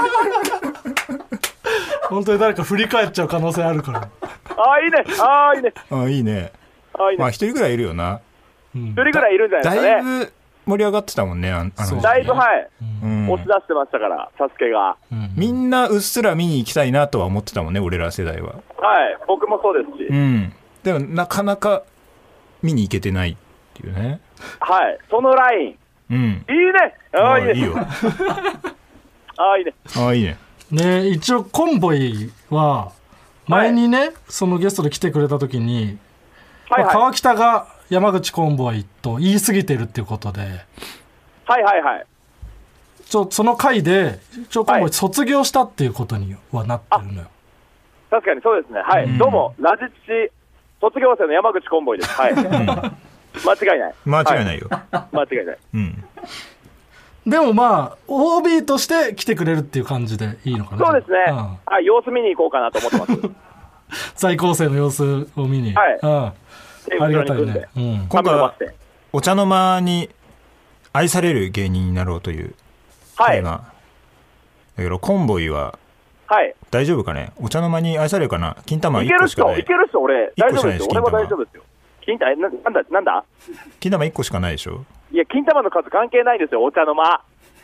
本当に誰か振り返っちゃう可能性あるから。 ああ、いいね。ああ、いいね。 ああ、いいね。 ああ、いいね。 まあ一人ぐらいいるよな。 一、うん、人ぐらいいるんじゃないですかね。 だいぶ盛り上がってたもんね、あの時期ね。 だいぶ、はい、 うん、 押し出してましたからサスケが、 うん、みんなうっすら見に行きたいなとは思ってたもんね、俺ら世代は。 はい、僕もそうですし、 うん、でもなかなか見に行けてないっていうね。 はい、そのライン、うん、いいね。ああ、いいね。いいよ。ああ、いいね。 ああ、いいね。 ね、一応コンボイは前にね、はい、そのゲストで来てくれた時に、はいはい、まあ、川北が山口コンボイと言い過ぎてるっていうことで、 はいはいはい、 ちょその回でちょコンボイ卒業したっていうことにはなってるのよ。 確かにそうですね。はい、うん、どうもラジチ卒業生の山口コンボイです。はい、うん、間違いない。 間違いないよ。 はい、間違いない。 うん。でもまあ オービー として来てくれるっていう感じでいいのかな。 そうですね。うん、はい、様子見に行こうかなと思ってます。 在校生の様子を見に。 はい。 うん、ありがたいね。 うん、今回はお茶の間に愛される芸人になろうというテーマ、はい、だけどコンボイは大丈夫かね。お茶の間に愛されるかな。金玉いっこしかない。 いける人、俺大丈夫ですよ。俺は大丈夫ですよ。金玉、な、なんだなんだ金玉いっこしかないでしょ。 いや、金玉の数関係ないですよ、お茶の間。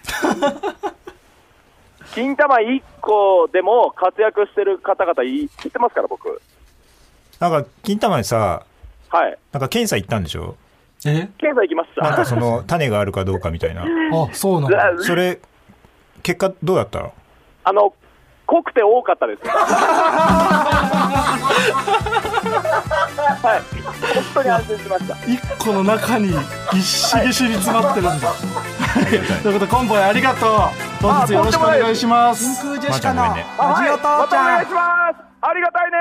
金玉いっこでも活躍してる方々い知ってますから、僕。 なんか金玉にさ、 はい、 なんか検査行ったんでしょ。 え、 検査行きました。 なんかその種があるかどうかみたいな。 あ、そうなんだ。 それ結果どうだったの？ あの濃くて多かったです。はい、本当に安心しました。 いっこの中にぎっしぎしに詰まってるんだ。はい、ということでコンボイありがとう。本日よろしくお願いします。真空ジェシカのラジオ父ちゃん。 またお願いします。ありがたいね。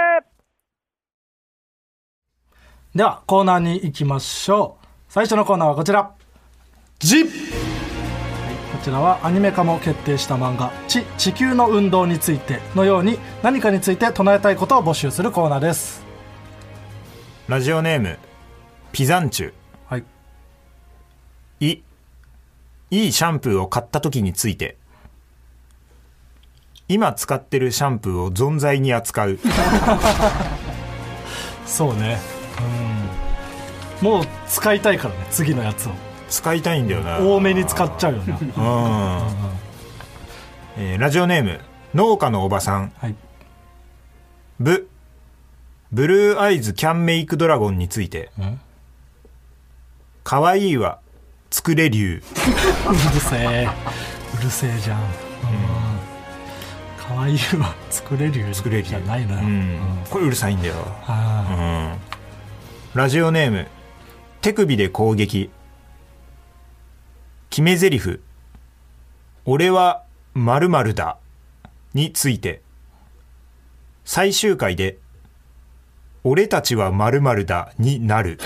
ではコーナーに行きましょう。最初のコーナーはこちら、ジ、はい、こちらはアニメ化も決定した漫画地地球の運動についてのように何かについて唱えたいことを募集するコーナーです。 ラジオネームピザンチュ。 はい。 いいいシャンプーを買った時について、今使ってるシャンプーを存在に扱う。 そうね、うん、もう使いたいからね、次のやつを使いたいんだよな。 多めに使っちゃうよな。うん、 えー、ラジオネーム農家のおばさん。 はい。 ブブルーアイズキャンメイクドラゴンについて、かわいいわ作れ流。うるせえうるせえじゃん、うん、かわいいわ作れ流作れ流じゃないのよ、 うんうん、これうるさいんだよ。あ、うん、ラジオネーム手首で攻撃。決め台詞俺は〇〇だについて、最終回で俺たちは〇〇だになる。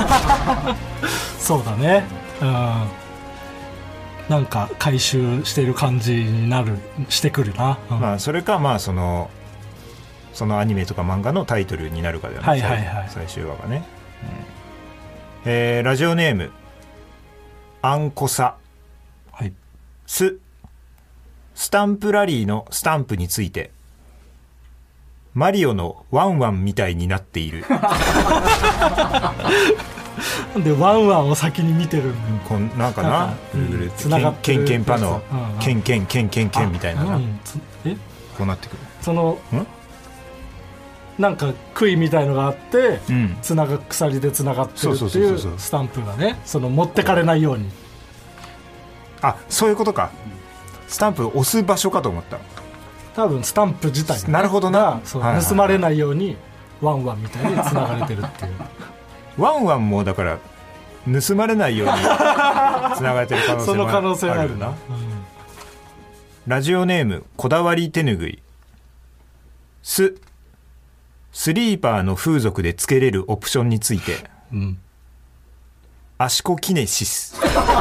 そうだね、うん、なんか回収している感じになるしてくるな、うん、 まあそれかまあそのそのアニメとか漫画のタイトルになるかだよね、 はいはいはい、 最終話がね、うん、えー、ラジオネームあんこさ、 はい、 ススタンプラリーのスタンプについてマリオのワンワンみたいになっている。 でワンワンを先に見てる、 こんなんかな、ぐるぐるつながってるケンケンパのケンケンケンケンケンみたいな、うん、 えこうなってくる。 そのんなんか杭みたいのがあって、うん、つなが鎖でつながってるっていうスタンプがね、その持ってかれないように。 あ、そういうことか。スタンプを押す場所かと思った。 多分スタンプ自体が、ね、 なるほどな、 そう、はいはい、盗まれないようにワンワンみたいにつながれてるっていうワンワンもだから盗まれないようにつながれてる可能性もある。 その可能性あるな、うん、 ラジオネームこだわり手ぬぐい。ススリーパーの風俗でつけれるオプションについて、うん、アシコキネシス。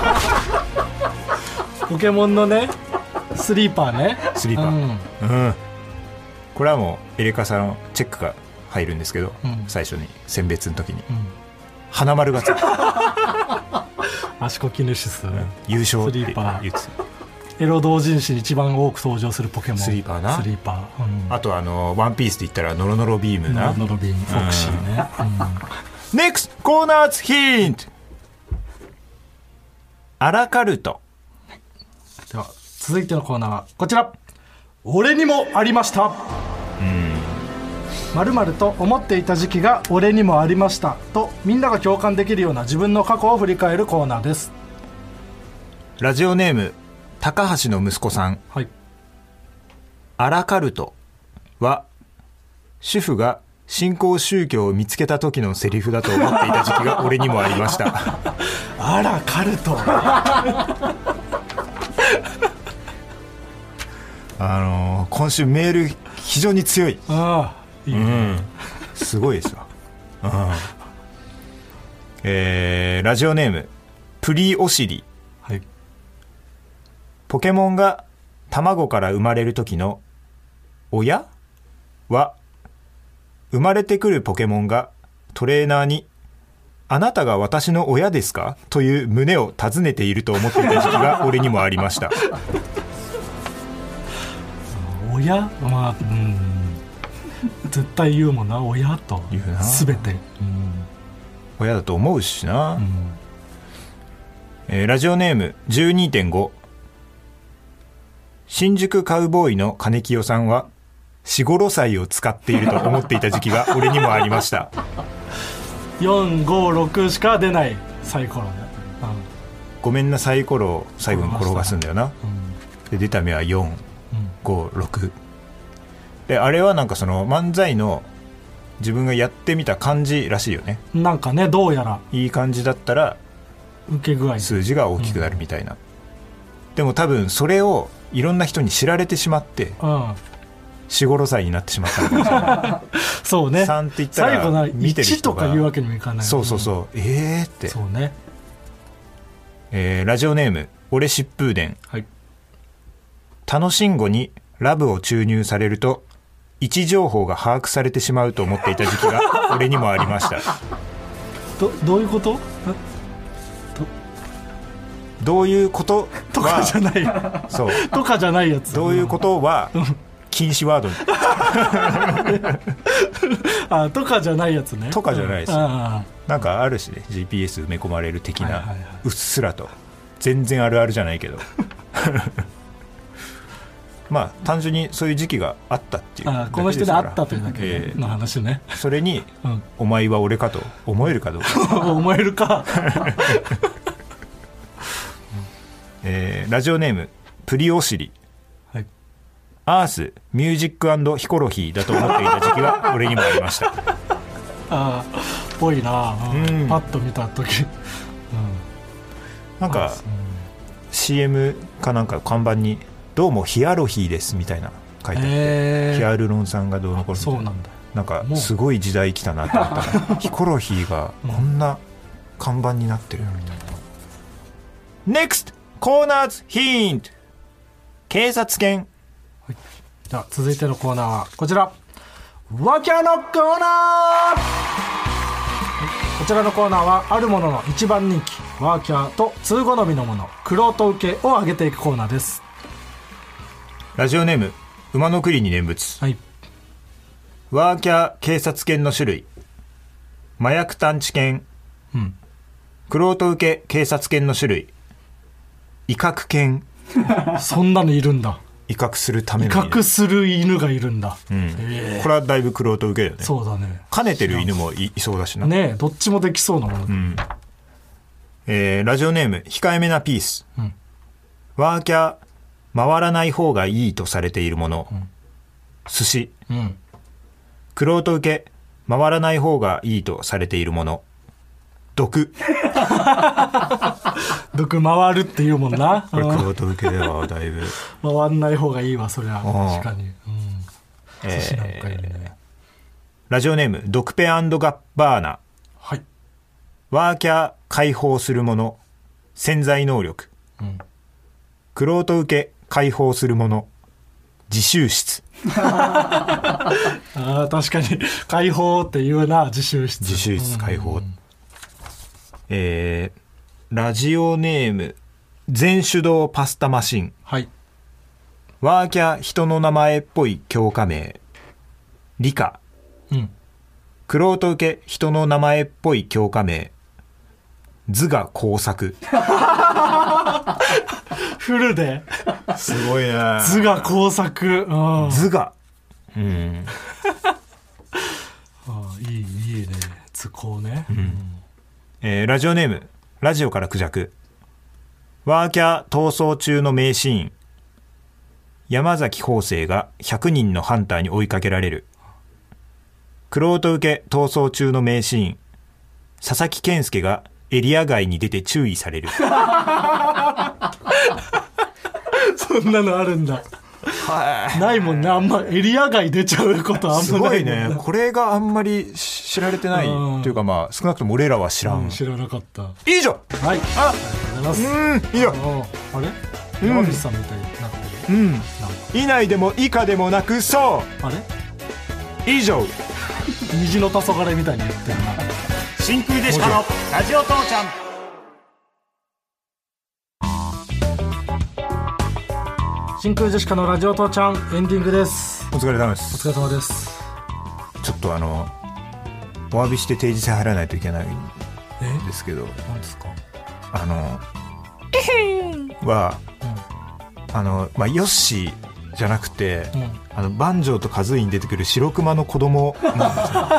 ポケモンのねスリーパーね、 スリーパー、うんうん、これはもうエレカさんのチェックが入るんですけど、うん、最初に選別の時に、うん、花丸がつく。 アシコキネシス、うん、 優勝って言ってエロ同人誌に一番多く登場するポケモンスリーパーな、 スリーパー、うん、 あとあのワンピースで言ったらノロノロビームな、 ノロノロビームフォクシーね、 うん、ネクストコーナーズヒント。アラカルト。 では続いてのコーナーはこちら。俺にもありました。〇〇と思っていた時期が俺にもありましたとみんなが共感できるような自分の過去を振り返るコーナーです。 ラジオネーム高橋の息子さん、 はい、 アラカルトは主婦が新興宗教を見つけた時のセリフだと思っていた時期が俺にもありました。 アラカルト。 あのー、今週メール非常に強い。 ああいいね、うん、 すごいですわ。うん、えー、ラジオネームプリオシリ、 はい、 ポケモンが卵から生まれる時の親は生まれてくるポケモンがトレーナーにあなたが私の親ですかという旨を尋ねていると思っていた時期が俺にもありました。 親、まあ、うん、絶対言うもんな、親と言うな、 全て、うん、 親だと思うしな、うんえー、ラジオネーム じゅうにてんご 新宿カウボーイの金清さんはしごろ祭を使っていると思っていた時期が俺にもありました。 よん、ご、ろくしか出ないサイコロね、うん、 ごめんなサイコロを最後に転がすんだよな、うん、で出た目はよん、ご、ろくで、あれはなんかその漫才の自分がやってみた感じらしいよね。 なんかね、どうやらいい感じだったら受け具合数字が大きくなるみたいな、うん、でも多分それをいろんな人に知られてしまってしごろ祭になってしまったのかもしれない。 そうね、 さんって言ったら最後な見てる人がいちとか言うわけにもいかない。 そうそうそう、うん、えーってそうね、 えー、ラジオネーム俺疾風伝、 はい、 楽しんごにラブを注入されると位置情報が把握されてしまうと思っていた時期が俺にもありました。 ど, どういうことどういうこととかじゃないそうとかじゃないやつ。 どういうことは禁止ワードにあとかじゃないやつね。 とかじゃないです、 うん、 なんかあるしね、 ジーピーエス 埋め込まれる的な、 はいはいはい、 うっすらと全然あるあるじゃないけどまあ単純にそういう時期があったっていうだけですから。 あこの人であったというだけの話ね、 えー、それに、うん、お前は俺かと思えるかどうか思えるか、 えー、ラジオネームプリオシリ、 はい、 アースミュージック&ヒコロヒーだと思っていた時期が俺にもありました。 あぽいな、うん、パッと見た時、うん、 なんか、うん、シーエム かなんか看板にどうもヒアロヒーですみたいな書いてあって、えー、ヒアルロン酸がどうのこうのみたいな。 そうなんだ。 なんかすごい時代来たなと思ったらヒコロヒーがこんな看板になってるみたいな。 NEXT コーナーズヒント警察犬、 はい、では続いてのコーナーはこちら、ワーキャーのコーナー。こちらのコーナーはあるものの一番人気ワーキャーと通好みのもの玄人受けを上げていくコーナーです。 ラジオネーム馬の栗に念仏、 はい、 ワーキャー警察犬の種類、麻薬探知犬、うん、玄人受け警察犬の種類、威嚇犬そんなのいるんだ。 威嚇するための威嚇する犬がいるんだ、うん、 えー、これはだいぶ玄人受けだよね。 そうだね。 兼ねてる犬も い, いそうだしな。 ねえ、どっちもできそうなもの、うん、 えー、ラジオネーム控えめなピース、うん、ワーキャー回らない方がいいとされているもの、うん、寿司、うん、玄人受け回らない方がいいとされているもの、毒毒回るっていうもんな。 これ玄人受けではだいぶ回んない方がいいわそれは。確かに、うん、寿司なんかいるね、えー、 ラジオネームドクペ&ガッバーナ、 はい、 ワーキャー解放するもの潜在能力、うん、玄人受け解放するもの自習室ああ確かに解放って言うな。自習室自習室解放、うん、えー、ラジオネーム全手動パスタマシン、 はい、 ワーキャー人の名前っぽい教科名理科、うん、玄人受け人の名前っぽい教科名図画工作フルですごいね。 図画工作、うん、 図画、うん、 あいいいいね図工ね、うん、 えー、ラジオネームラジオからクジャク、ワーキャー逃走中の名シーン山崎邦生がひゃくにんのハンターに追いかけられる、玄人受け逃走中の名シーン佐々木健介がエリア外に出て注意されるそんなのあるんだ。はい、ないもんね。あんまエリア外出ちゃうことあんまないもんね。すごいね。 これがあんまり知られてないというか、まあ少なくとも俺らは知らん、うん、 知らなかった。 以上。 はい、ありがとうございます。 うん、いいよ。 あれ山口さんみたいになってる、 うん、以内でも以下でもなく、そうあれ以上虹の黄昏みたいに言ってるな。 真空ジェシカのラジオ父ちゃん。 真空ジェシカのラジオ父ちゃんエンディングです。 お疲れ様です。 お疲れ様です。 ちょっとあのお詫びして定時制入らないといけないんですけど。 何ですか。 あのは、うん、あのまあヨッシーじゃなくて、うん、あのバンジョーとカズイに出てくる白熊の子供なんですよ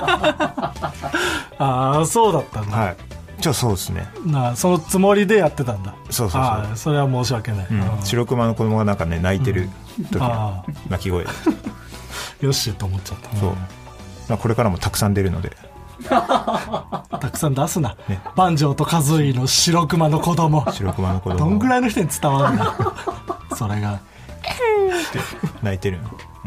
ああそうだったんだ。 はい、じゃあそうですね。 なそのつもりでやってたんだ。 そうそうそう。 あそれは申し訳ない、うん、 白熊の子供がなんかね泣いてる時の泣き声、うん、 よっしーと思っちゃった。 そう、まあ、これからもたくさん出るのでたくさん出すな、ね、バンジョーとカズイの白熊の子供。 白熊の子供どんぐらいの人に伝わるんだそれが泣いてるの。うん、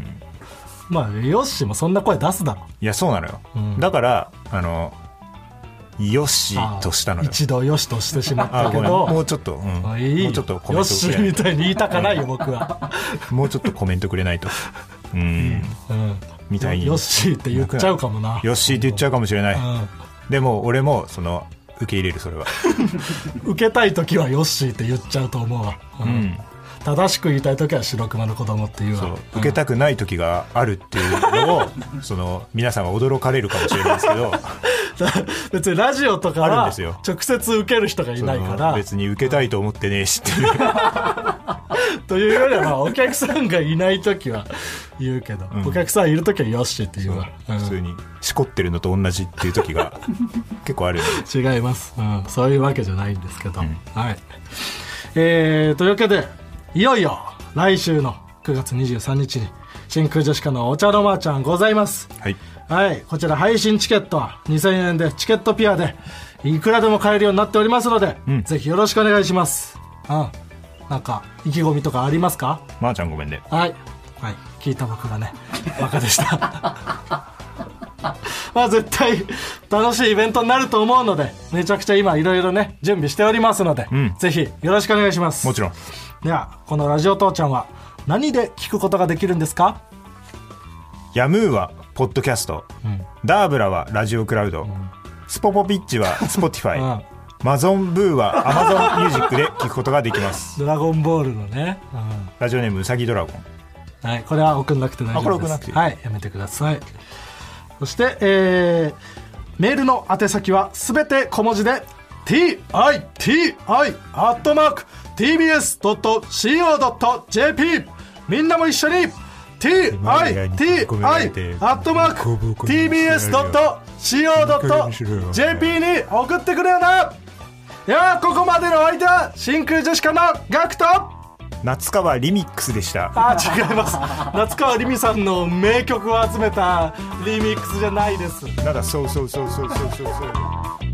まあヨッシーもそんな声出すだろ。 いやそうなのよ、うん、だからあのヨッシーとしたのよ。 一度ヨシとしてしまったけどもうちょっと、うん、いいもうちょっとコメントヨッシーみたいに言いたかないよ僕はもうちょっとコメントくれないとうん、うん、みたいにヨッシーって言っちゃうかもな。 ヨッシーって言っちゃうかもしれない、うん、でも俺もその受け入れる。それは受けたい時はヨッシーって言っちゃうと思うわ、うんうん、正しく言いたい時は白熊の子供っていうわ。そう、うん、 受けたくない時があるっていうのをその皆さんは驚かれるかもしれないですけど別にラジオとかは直接受ける人がいないから別に受けたいと思ってねえしっていうというよりはお客さんがいない時は言うけど、うん、お客さんいる時はよっしーって言うわ。 う、うん、普通にしこってるのと同じっていう時が結構あるんで違います、うん、そういうわけじゃないんですけど、うん、はい、えー、というわけでいよいよ来週のくがつにじゅうさんにちに真空ジェシカのお茶の間ちゃんございます。 はい、 はい、こちら配信チケットはにせんえんでチケットピアでいくらでも買えるようになっておりますので、うん、ぜひよろしくお願いします。うん、なんか意気込みとかありますか。 まーちゃんごめんね。 はい、はい、聞いた僕がねバカでしたまあ絶対楽しいイベントになると思うので、めちゃくちゃ今いろいろね準備しておりますので、うん、ぜひよろしくお願いします。 もちろん。 ではこのラジオ父ちゃんは何で聞くことができるんですか？ ヤムーはポッドキャスト、うん、ダーブラはラジオクラウド、うん、スポポピッチはスポティファイ、うん、マゾンブーはアマゾンミュージックで聞くことができます。 ドラゴンボールのね、うん、 ラジオネームうさぎドラゴン。 はい、これは送んなくて大丈夫です。あ、これ送んなくていい。はい、やめてください。そして、えー、メールの宛先はすべて小文字で ティーアイティーアイ アットマーク ティービーエスドットシーオードットジェーピー みんなも一緒に ティーアイティーアイ アットマーク ティービーエスドットシーオードットジェーピー に送ってくれよな。いやー、ここまでの相手は真空ジェシカのガクト夏川リミックスでした。 あ、違います。夏川りみさんの名曲を集めたリミックスじゃないです。 なんかそうそうそうそうそうそうそう